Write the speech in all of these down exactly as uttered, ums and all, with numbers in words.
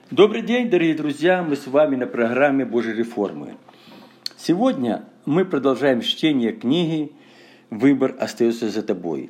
Добрый день, дорогие друзья! Мы с вами на программе Божьей реформы. Сегодня мы продолжаем чтение книги «Выбор остается за тобой».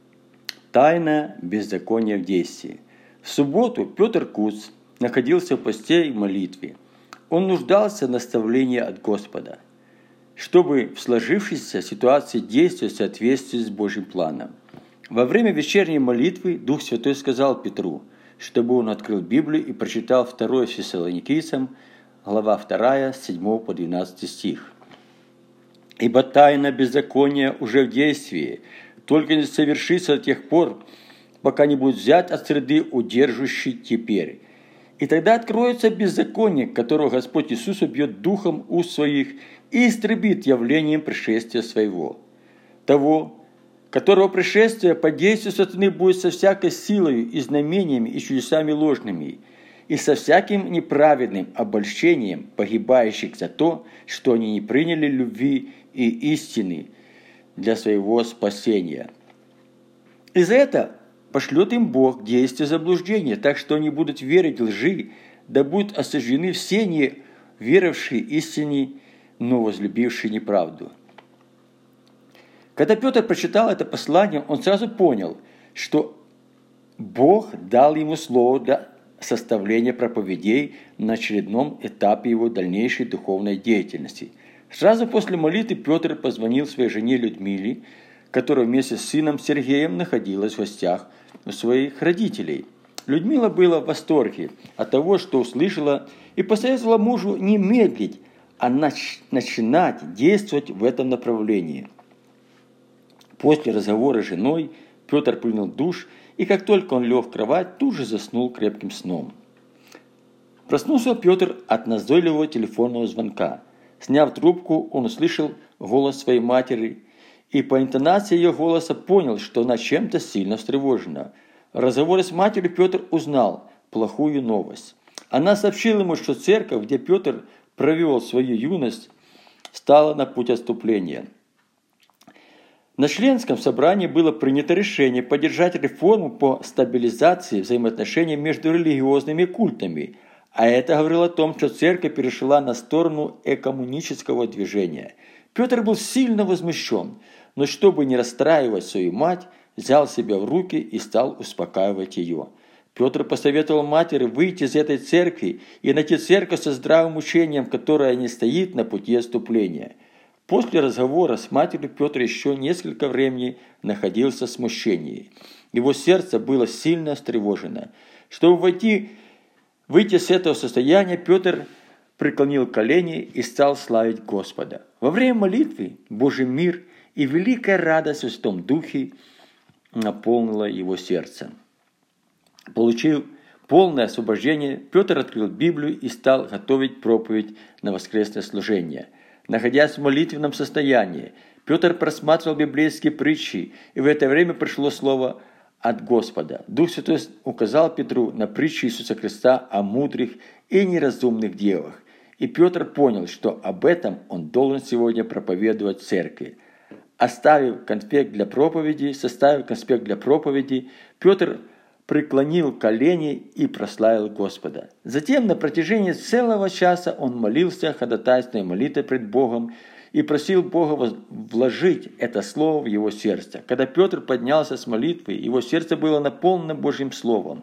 Тайна беззакония в действии. В субботу Петр Куц находился в посте и молитве. Он нуждался в наставлении от Господа, чтобы в сложившейся ситуации действовать в соответствии с Божьим планом. Во время вечерней молитвы Дух Святой сказал Петру, чтобы он открыл Библию и прочитал второе Фессалоникийцам, глава вторая, с седьмого по двенадцатый стих. «Ибо тайна беззакония уже в действии, только не совершится до тех пор, пока не будет взят от среды удерживающий теперь. И тогда откроется беззаконие, которого Господь Иисус убьет духом уст своих и истребит явлением пришествия своего. Того, которого пришествие по действию сатаны будет со всякой силой и знамениями и чудесами ложными, и со всяким неправедным обольщением погибающих за то, что они не приняли любви и истины для своего спасения. И за это пошлет им Бог действие заблуждения, так что они будут верить лжи, да будут осуждены все не веровавшие истине, но возлюбившие неправду». Когда Петр прочитал это послание, он сразу понял, что Бог дал ему слово для составления проповедей на очередном этапе его дальнейшей духовной деятельности. Сразу после молитвы Петр позвонил своей жене Людмиле, которая вместе с сыном Сергеем находилась в гостях у своих родителей. Людмила была в восторге от того, что услышала, и посоветовала мужу не медлить, а нач- начинать действовать в этом направлении. После разговора с женой Петр принял душ, и как только он лег в кровать, тут же заснул крепким сном. Проснулся Петр от назойливого телефонного звонка. Сняв трубку, он услышал голос своей матери, и по интонации ее голоса понял, что она чем-то сильно встревожена. В разговоре с матерью Петр узнал плохую новость. Она сообщила ему, что церковь, где Петр провел свою юность, стала на путь отступления. На членском собрании было принято решение поддержать реформу по стабилизации взаимоотношений между религиозными культами, а это говорило о том, что церковь перешла на сторону экоммунического движения. Петр был сильно возмущен, но чтобы не расстраивать свою мать, взял себя в руки и стал успокаивать ее. Петр посоветовал матери выйти из этой церкви и найти церковь со здравым учением, которое не стоит на пути отступления. После разговора с матерью Петр еще несколько времени находился в смущении. Его сердце было сильно встревожено. Чтобы войти, выйти с этого состояния, Петр преклонил колени и стал славить Господа. Во время молитвы Божий мир и великая радость в Святом Духе наполнила его сердце. Получив полное освобождение, Петр открыл Библию и стал готовить проповедь на воскресное служение. Находясь в молитвенном состоянии, Петр просматривал библейские притчи, и в это время пришло слово от Господа. Дух Святой указал Петру на притчи Иисуса Христа о мудрых и неразумных девах. И Петр понял, что об этом он должен сегодня проповедовать в церкви. Оставив конспект для проповеди, составив конспект для проповеди, Петр преклонил колени и прославил Господа. Затем на протяжении целого часа он молился ходатайственной молитвой пред Богом и просил Бога вложить это слово в его сердце. Когда Петр поднялся с молитвы, его сердце было наполнено Божьим Словом.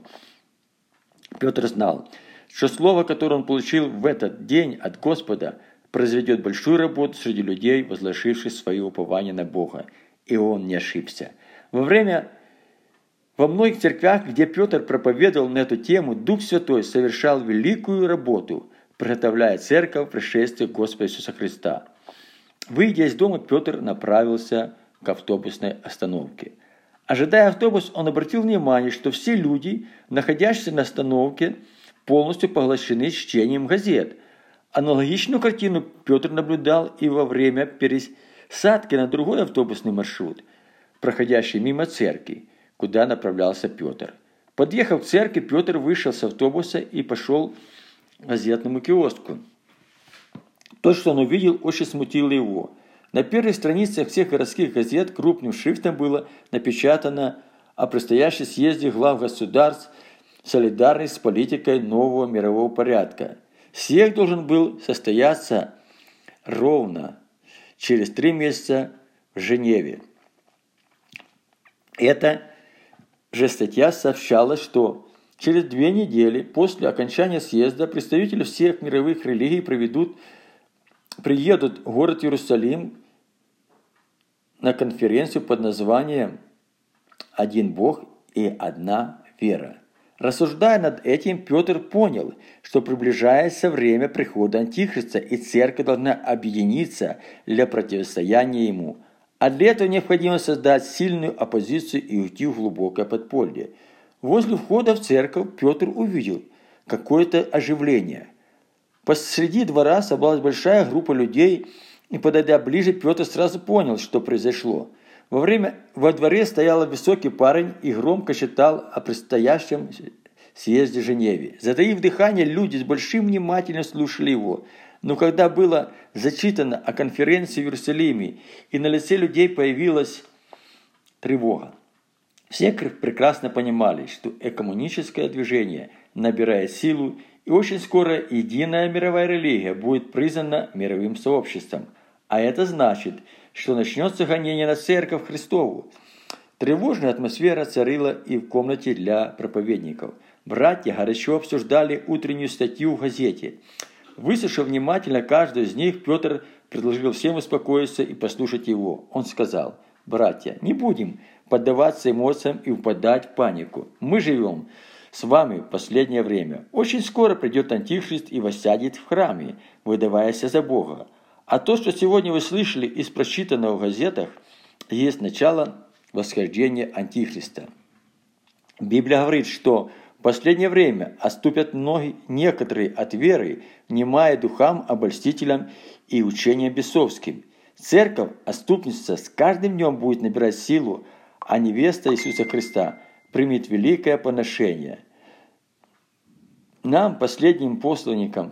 Петр знал, что слово, которое он получил в этот день от Господа, произведет большую работу среди людей, возложивших свое упование на Бога. И он не ошибся. Во время Во многих церквях, где Петр проповедовал на эту тему, Дух Святой совершал великую работу, приготовляя церковь к пришествию Господа Иисуса Христа. Выйдя из дома, Петр направился к автобусной остановке. Ожидая автобус, он обратил внимание, что все люди, находящиеся на остановке, полностью поглощены чтением газет. Аналогичную картину Петр наблюдал и во время пересадки на другой автобусный маршрут, проходящий мимо церкви, куда направлялся Петр. Подъехав к церкви, Петр вышел с автобуса и пошел к газетному киоску. То, что он увидел, очень смутило его. На первых страницах всех городских газет крупным шрифтом было напечатано о предстоящем съезде глав государств солидарность с политикой нового мирового порядка. Съезд должен был состояться ровно через три месяца в Женеве. Эта же статья сообщала, что через две недели после окончания съезда представители всех мировых религий проведут, приедут в город Иерусалим на конференцию под названием «Один Бог и одна вера». Рассуждая над этим, Петр понял, что приближается время прихода Антихриста, и церковь должна объединиться для противостояния ему. А для этого необходимо создать сильную оппозицию и уйти в глубокое подполье. Возле входа в церковь Петр увидел какое-то оживление. Посреди двора собралась большая группа людей, и, подойдя ближе, Петр сразу понял, что произошло. Во время во дворе стоял высокий парень и громко читал о предстоящем съезде в Женеве. Затаив дыхание, люди с большим вниманием слушали его. Но когда было зачитано о конференции в Иерусалиме, и на лице людей появилась тревога. Все прекрасно понимали, что экуменическое движение набирает силу, и очень скоро единая мировая религия будет признана мировым сообществом. А это значит, что начнется гонение на церковь Христову. Тревожная атмосфера царила и в комнате для проповедников. Братья горячо обсуждали утреннюю статью в газете. Выслушав внимательно каждую из них, Петр предложил всем успокоиться и послушать его. Он сказал: «Братья, не будем поддаваться эмоциям и впадать в панику. Мы живем с вами в последнее время. Очень скоро придет Антихрист и воссядет в храме, выдаваясь за Бога. А то, что сегодня вы слышали из прочитанного в газетах, есть начало восхождения Антихриста. Библия говорит, что в последнее время отступят многие, некоторые от веры, внимая духам, обольстителям и учениям бесовским. Церковь, отступница, с каждым днем будет набирать силу, а невеста Иисуса Христа примет великое поношение. Нам, последним посланникам,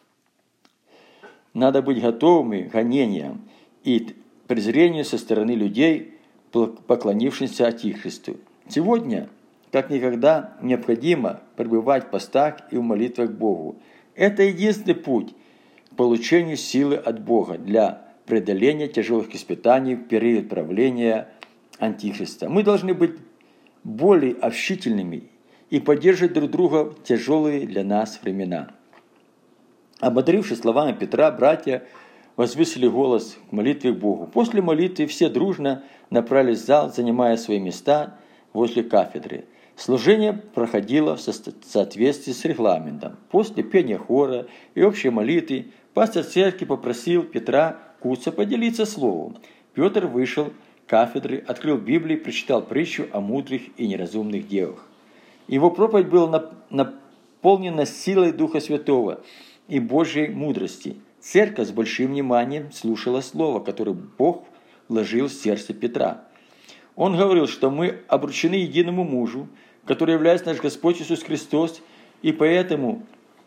надо быть готовыми к гонениям и презрению со стороны людей, поклонившихся Антихристу. Сегодня, как никогда, необходимо пребывать в постах и в молитвах к Богу. Это единственный путь к получению силы от Бога для преодоления тяжелых испытаний в период правления Антихриста. Мы должны быть более общительными и поддерживать друг друга в тяжелые для нас времена. Ободрившись словами Петра, братья возвысили голос к молитве к Богу. После молитвы все дружно направились в зал, занимая свои места возле кафедры. Служение проходило в соответствии с регламентом. После пения хора и общей молитвы пастор церкви попросил Петра Куца поделиться словом. Петр вышел к кафедре, открыл Библию и прочитал притчу о мудрых и неразумных девах. Его проповедь была наполнена силой Духа Святого и Божьей мудрости. Церковь с большим вниманием слушала слово, которое Бог вложил в сердце Петра. Он говорил, что мы обручены единому мужу, который является наш Господь Иисус Христос, и поэтому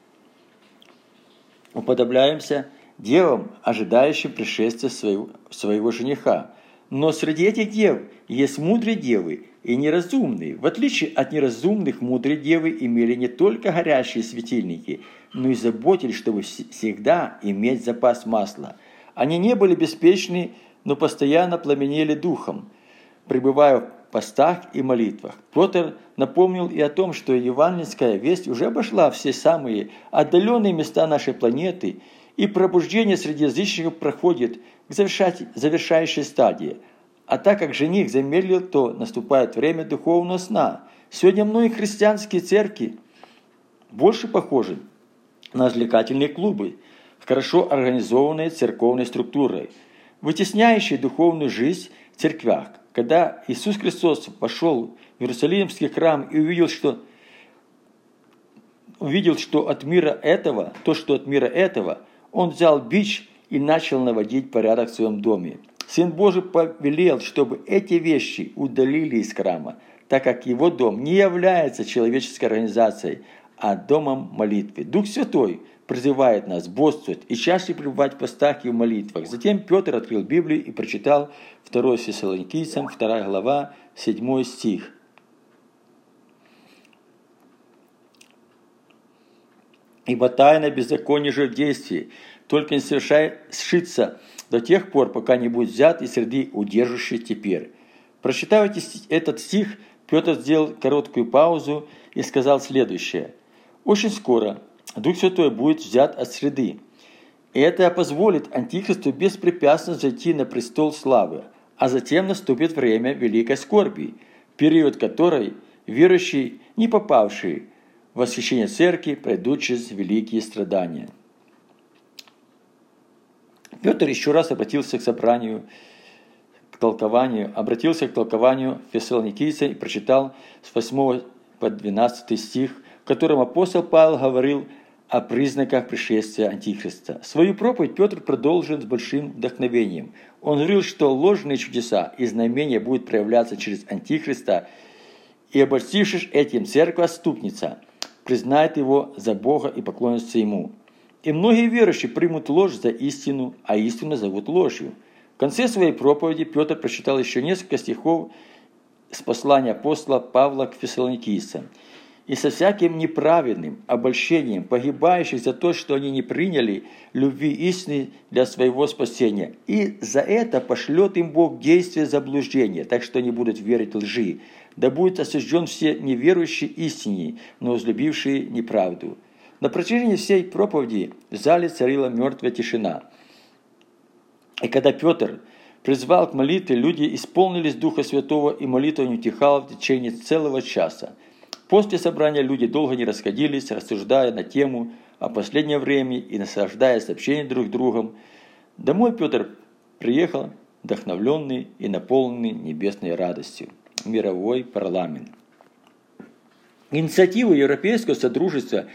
уподобляемся девам, ожидающим пришествия своего, своего жениха. Но среди этих дев есть мудрые девы и неразумные. В отличие от неразумных, мудрые девы имели не только горящие светильники, но и заботились, чтобы всегда иметь запас масла. Они не были беспечны, но постоянно пламенели духом, пребывая в постах и молитвах. Петр напомнил и о том, что евангельская весть уже обошла все самые отдаленные места нашей планеты, и пробуждение среди язычников проходит к завершающей стадии. А так как жених замедлил, то наступает время духовного сна. Сегодня многие христианские церкви больше похожи на развлекательные клубы, хорошо организованные церковной структурой, вытесняющие духовную жизнь в церквях. Когда Иисус Христос вошел в Иерусалимский храм и увидел, что, увидел, что от мира этого, то, что от мира этого, Он взял бич и начал наводить порядок в своем доме. Сын Божий повелел, чтобы эти вещи удалили из храма, так как его дом не является человеческой организацией, а домом молитвы. Дух Святой призывает нас бодрствовать и чаще пребывать в постах и в молитвах. Затем Петр открыл Библию и прочитал второе Фессалоникийцам, вторая глава, седьмой стих. Ибо тайна беззакония же в действии, только не совершится до тех пор, пока не будет взят из среды удерживающий теперь. Прочитав этот стих, Петр сделал короткую паузу и сказал следующее. Очень скоро Дух Святой будет взят от среды. И это позволит Антихристу беспрепятственно зайти на престол славы, а затем наступит время великой скорби, период которой верующие, не попавшие в восхищение церкви, пройдут через великие страдания. Петр еще раз обратился к собранию, к толкованию, обратился к толкованию фессалоникийцам и прочитал с восьмого по двенадцатый стих, в котором апостол Павел говорил о признаках пришествия Антихриста. Свою проповедь Петр продолжил с большим вдохновением. Он говорил, что ложные чудеса и знамения будут проявляться через Антихриста, и, обольстившись этим, церковь отступница признает его за Бога и поклонится ему. И многие верующие примут ложь за истину, а истину зовут ложью. В конце своей проповеди Петр прочитал еще несколько стихов с послания апостола Павла к фессалоникийцам. «И со всяким неправедным обольщением погибающих за то, что они не приняли любви истины для своего спасения. И за это пошлет им Бог действие заблуждения, так что они будут верить лжи. Да будет осужден все неверующие истине, но возлюбившие неправду». На протяжении всей проповеди в зале царила мертвая тишина. И когда Петр призвал к молитве, люди исполнились Духа Святого, и молитва не утихала в течение целого часа. После собрания люди долго не расходились, рассуждая на тему о последнем времени и наслаждаясь общением друг с другом. Домой Петр приехал вдохновленный и наполненный небесной радостью. Мировой парламент. Инициативу Европейского Содружества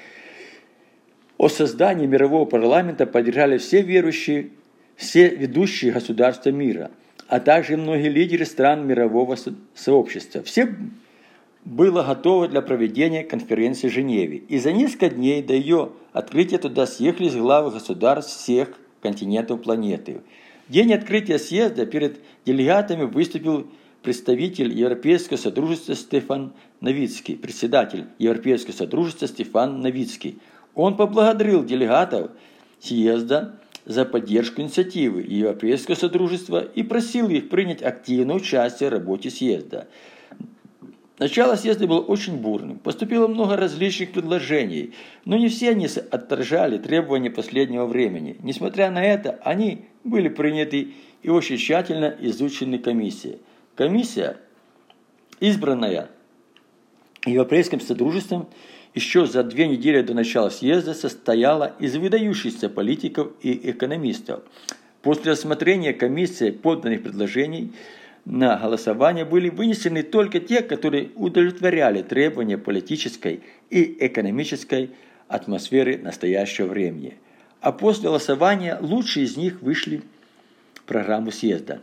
о создании мирового парламента поддержали все верующие, все ведущие государства мира, а также многие лидеры стран мирового сообщества. Все было готово для проведения конференции в Женеве. И за несколько дней до ее открытия туда съехались главы государств всех континентов планеты. В день открытия съезда перед делегатами выступил представитель Европейского Содружества Стефан Новицкий, председатель Европейского Содружества Стефан Новицкий. Он поблагодарил делегатов съезда за поддержку инициативы Европейского Содружества и просил их принять активное участие в работе съезда. Начало съезда было очень бурным. Поступило много различных предложений, но не все они отражали требования последнего времени. Несмотря на это, они были приняты и очень тщательно изучены комиссией. Комиссия, избранная Европейским Содружеством, еще за две недели до начала съезда состояла из выдающихся политиков и экономистов. После рассмотрения комиссии подданных предложений на голосование были вынесены только те, которые удовлетворяли требования политической и экономической атмосферы настоящего времени. А после голосования лучшие из них вышли в программу съезда.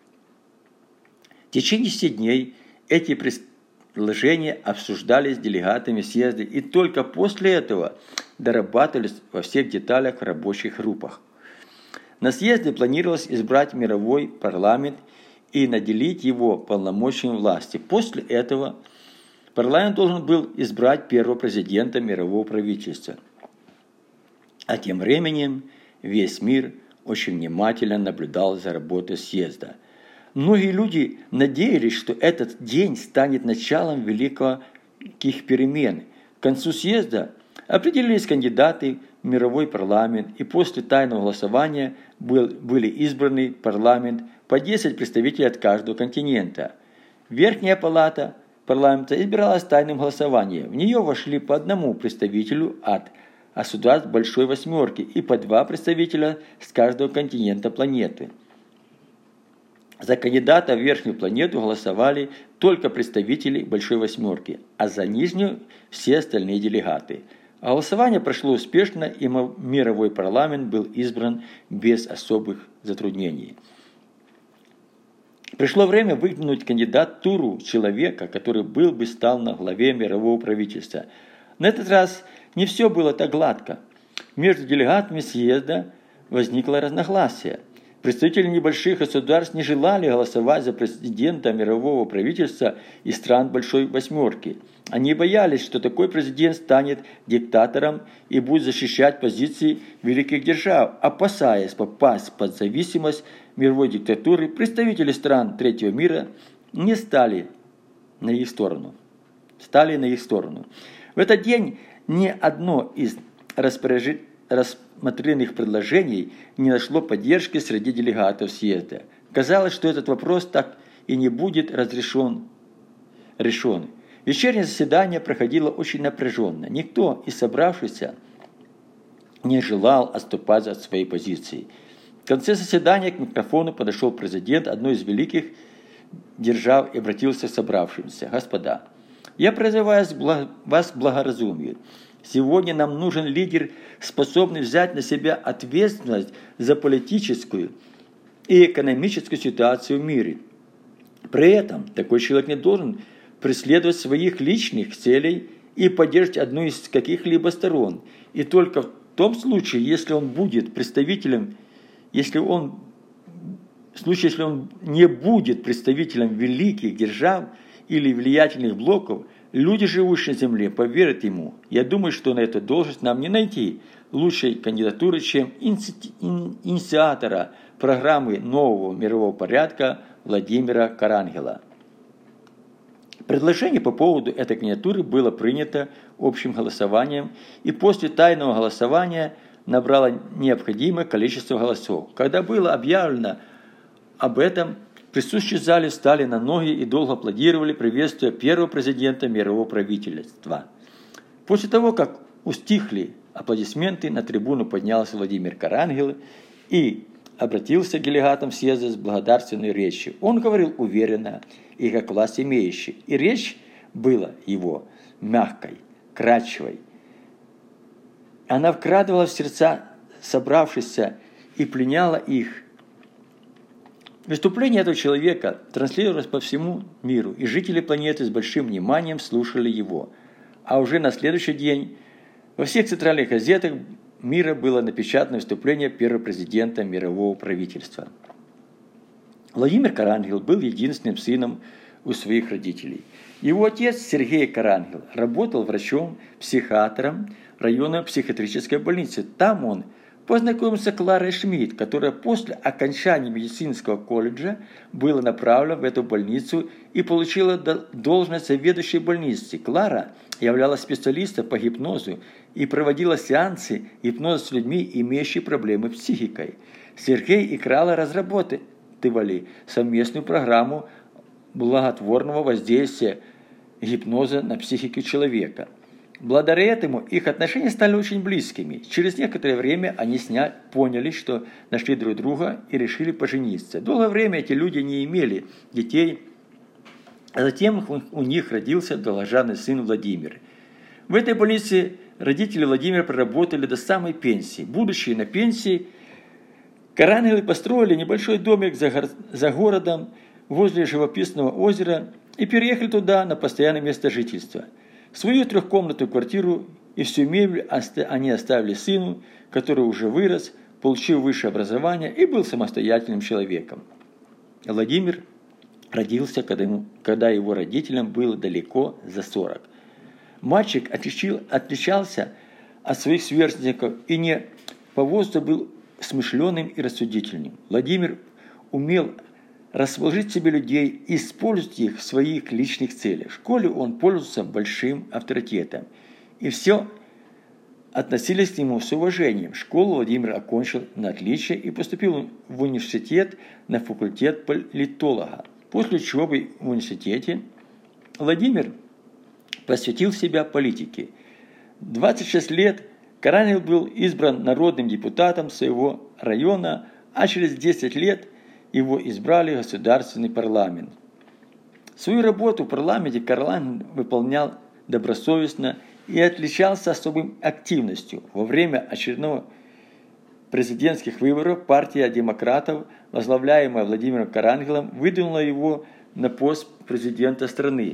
В течение десяти дней эти предложения обсуждались делегатами съезда и только после этого дорабатывались во всех деталях в рабочих группах. На съезде планировалось избрать мировой парламент и наделить его полномочиями власти. После этого парламент должен был избрать первого президента мирового правительства. А тем временем весь мир очень внимательно наблюдал за работой съезда. Многие люди надеялись, что этот день станет началом великих перемен. К концу съезда определились кандидаты в мировой парламент, и после тайного голосования был, были избраны в парламент по десять представителей от каждого континента. Верхняя палата парламента избиралась тайным голосованием. В нее вошли по одному представителю от государств Большой Восьмерки и по два представителя с каждого континента планеты. За кандидата в верхнюю планету голосовали только представители Большой Восьмерки, а за нижнюю – все остальные делегаты. А голосование прошло успешно, и мировой парламент был избран без особых затруднений. Пришло время выдвинуть кандидатуру человека, который был бы стал на главе мирового правительства. На этот раз не все было так гладко. Между делегатами съезда возникло разногласие. Представители небольших государств не желали голосовать за президента мирового правительства из стран Большой Восьмерки. Они боялись, что такой президент станет диктатором и будет защищать позиции великих держав. Опасаясь попасть под зависимость мировой диктатуры, представители стран третьего мира не стали на их сторону. Стали на их сторону. В этот день ни одно из распоряжений рассмотренных предложений не нашло поддержки среди делегатов съезда. Казалось, что этот вопрос так и не будет разрешен. решен. Вечернее заседание проходило очень напряженно. Никто из собравшихся не желал отступать от своей позиции. В конце заседания к микрофону подошел президент одной из великих держав и обратился к собравшимся. «Господа, я призываю вас к благоразумию. Сегодня нам нужен лидер, способный взять на себя ответственность за политическую и экономическую ситуацию в мире. При этом такой человек не должен преследовать своих личных целей и поддерживать одну из каких-либо сторон. И только в том случае, если он будет представителем, если он, в случае, если он не будет представителем великих держав или влиятельных блоков, люди, живущие на земле, поверят ему. Я думаю, что на эту должность нам не найти лучшей кандидатуры, чем инициатора программы нового мирового порядка Владимира Карангела». Предложение по поводу этой кандидатуры было принято общим голосованием и после тайного голосования набрало необходимое количество голосов. Когда было объявлено об этом, присутствующие в зале встали на ноги и долго аплодировали, приветствуя первого президента мирового правительства. После того, как устихли аплодисменты, на трибуну поднялся Владимир Карангел и обратился к делегатам съезда с благодарственной речью. Он говорил уверенно и как власть имеющий. И речь была его мягкой, кратчевой. Она вкрадывала в сердца собравшихся и пленяла их. Выступление этого человека транслировалось по всему миру, и жители планеты с большим вниманием слушали его. А уже на следующий день во всех центральных газетах мира было напечатано выступление первого президента мирового правительства. Владимир Карангел был единственным сыном у своих родителей. Его отец Сергей Карангел работал врачом-психиатром районной психиатрической больницы. Там он познакомился с Кларой Шмидт, которая после окончания медицинского колледжа была направлена в эту больницу и получила должность заведующей больницы. Клара являлась специалистом по гипнозу и проводила сеансы гипноза с людьми, имеющими проблемы с психикой. Сергей и Клара разработали совместную программу благотворного воздействия гипноза на психику человека. Благодаря этому их отношения стали очень близкими. Через некоторое время они сня... поняли, что нашли друг друга и решили пожениться. Долгое время эти люди не имели детей, а затем у них родился долгожданный сын Владимир. В этой больнице родители Владимира проработали до самой пенсии. Будучи на пенсии, Карангелы построили небольшой домик за, гор... за городом возле живописного озера и переехали туда на постоянное место жительства. Свою трехкомнатную квартиру и всю мебель они оставили сыну, который уже вырос, получил высшее образование и был самостоятельным человеком. Владимир родился, когда, ему, когда его родителям было далеко за сорок. Мальчик отличил, отличался от своих сверстников и не по возрасту был смышленым и рассудительным. Владимир умел расположить себе людей и использовать их в своих личных целях. В школе он пользовался большим авторитетом, и все относились к нему с уважением. Школу Владимир окончил на отличие и поступил в университет на факультет политолога. После учебы в университете Владимир посвятил себя политике. В двадцать шесть лет Карангел был избран народным депутатом своего района, а через десять лет его избрали в государственный парламент. Свою работу в парламенте Карангел выполнял добросовестно и отличался особой активностью. Во время очередного президентских выборов партия демократов, возглавляемая Владимиром Карангелом, выдвинула его на пост президента страны.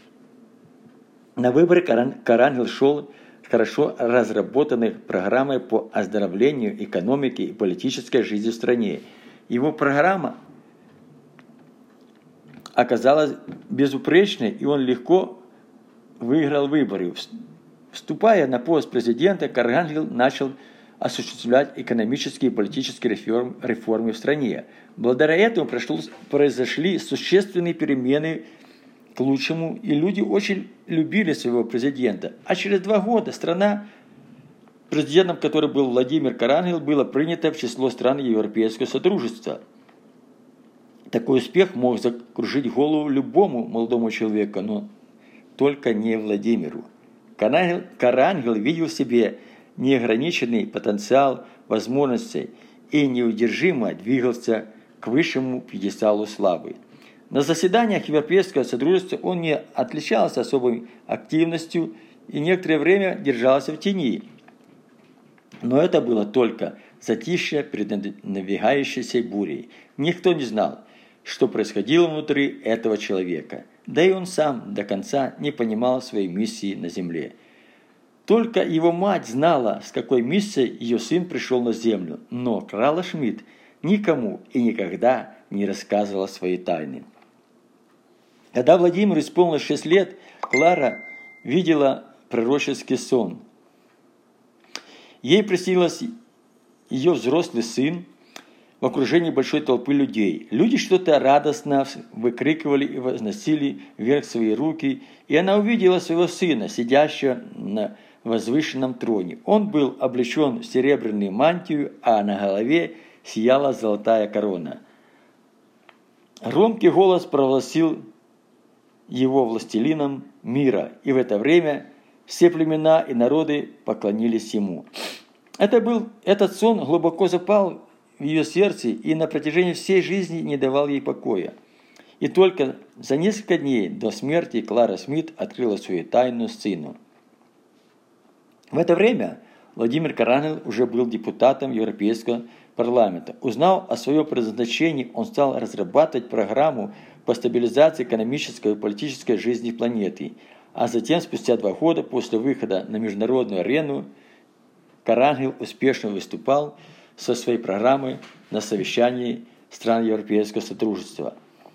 На выборы Карангел шел с хорошо разработанной программой по оздоровлению экономики и политической жизни в стране. Его программа оказалась безупречной, и он легко выиграл выборы. Вступая на пост президента, Карангел начал осуществлять экономические и политические реформ, реформы в стране. Благодаря этому прошло, произошли существенные перемены к лучшему, и люди очень любили своего президента. А через два года страна, президентом которой был Владимир Карангел, была принята в число стран Европейского Содружества. Такой успех мог закружить голову любому молодому человеку, но только не Владимиру. Карангел, Карангел видел в себе неограниченный потенциал возможностей и неудержимо двигался к высшему пьедесталу славы. На заседаниях Европейского Содружества он не отличался особой активностью и некоторое время держался в тени. Но это было только затишье перед надвигающейся бурей. Никто не знал, что происходило внутри этого человека. Да и он сам до конца не понимал своей миссии на земле. Только его мать знала, с какой миссией ее сын пришел на землю, но Клара Шмидт никому и никогда не рассказывала свои тайны. Когда Владимиру исполнилось шесть лет, Клара видела пророческий сон. Ей приснился ее взрослый сын в окружении большой толпы людей. Люди что-то радостно выкрикивали и возносили вверх свои руки, и она увидела своего сына, сидящего на возвышенном троне. Он был облечен в серебряную мантию, а на голове сияла золотая корона. Громкий голос провозгласил его властелином мира, и в это время все племена и народы поклонились ему. Это был, этот сон глубоко запал в ее сердце и на протяжении всей жизни не давал ей покоя. И только за несколько дней до смерти Клара Шмидт открыла свою тайну сыну. В это время Владимир Карангел уже был депутатом Европейского парламента. Узнав о своем предназначении, он стал разрабатывать программу по стабилизации экономической и политической жизни планеты. А затем, спустя два года после выхода на международную арену, Карангел успешно выступал со своей программой на совещании стран Европейского Содружества.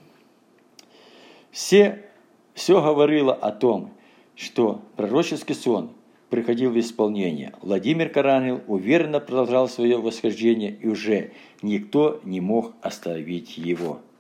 Все, все говорило о том, что пророческий сон приходил в исполнение. Владимир Карангел уверенно продолжал свое восхождение, и уже никто не мог остановить его.